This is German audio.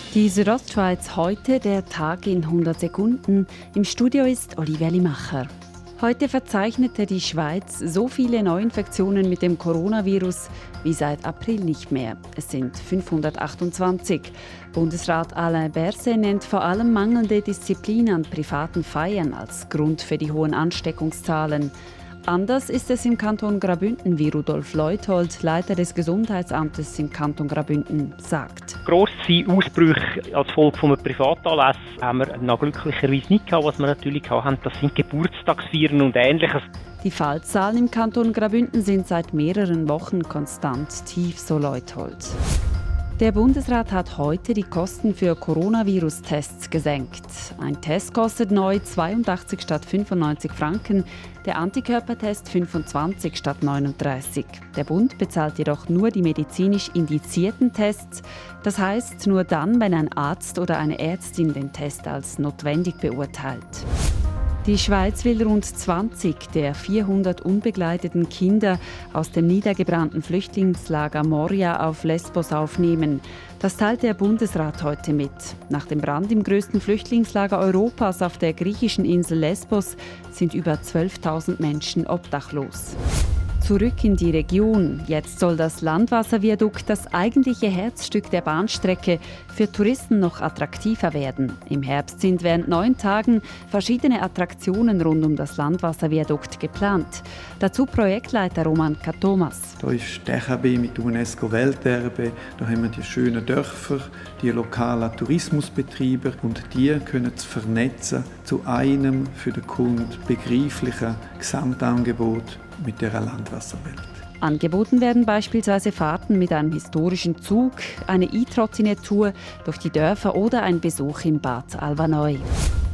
Die Südostschweiz heute, der Tag in 100 Sekunden. Im Studio ist Olivia Limacher. Heute verzeichnete die Schweiz so viele Neuinfektionen mit dem Coronavirus wie seit April nicht mehr. Es sind 528. Bundesrat Alain Berset nennt vor allem mangelnde Disziplin an privaten Feiern als Grund für die hohen Ansteckungszahlen. Anders ist es im Kanton Graubünden, wie Rudolf Leuthold, Leiter des Gesundheitsamtes im Kanton Graubünden, sagt. Grosse Ausbrüche als Folge von einem Privatanlass haben wir noch glücklicherweise nicht gehabt. Was wir natürlich haben, das sind Geburtstagsfeiern und Ähnliches. Die Fallzahlen im Kanton Graubünden sind seit mehreren Wochen konstant tief, so Leuthold. Der Bundesrat hat heute die Kosten für Coronavirus-Tests gesenkt. Ein Test kostet neu 82 statt 95 Franken, der Antikörpertest 25 statt 39. Der Bund bezahlt jedoch nur die medizinisch indizierten Tests. Das heisst nur dann, wenn ein Arzt oder eine Ärztin den Test als notwendig beurteilt. Die Schweiz will rund 20 der 400 unbegleiteten Kinder aus dem niedergebrannten Flüchtlingslager Moria auf Lesbos aufnehmen. Das teilt der Bundesrat heute mit. Nach dem Brand im grössten Flüchtlingslager Europas auf der griechischen Insel Lesbos sind über 12.000 Menschen obdachlos. Zurück in die Region. Jetzt soll das Landwasserviadukt, das eigentliche Herzstück der Bahnstrecke, für Touristen noch attraktiver werden. Im Herbst sind während 9 Tagen verschiedene Attraktionen rund um das Landwasserviadukt geplant. Dazu Projektleiter Roman Katomas. Da ist die DECHB mit UNESCO-Welterbe, da haben wir die schönen Dörfer, die lokalen Tourismusbetriebe und die können es vernetzen zu einem für den Kunden begreiflichen Gesamtangebot mit der Landwasserwelt. Angeboten werden beispielsweise Fahrten mit einem historischen Zug, eine E-Trottinett-Tour durch die Dörfer oder ein Besuch im Bad Alvanoi.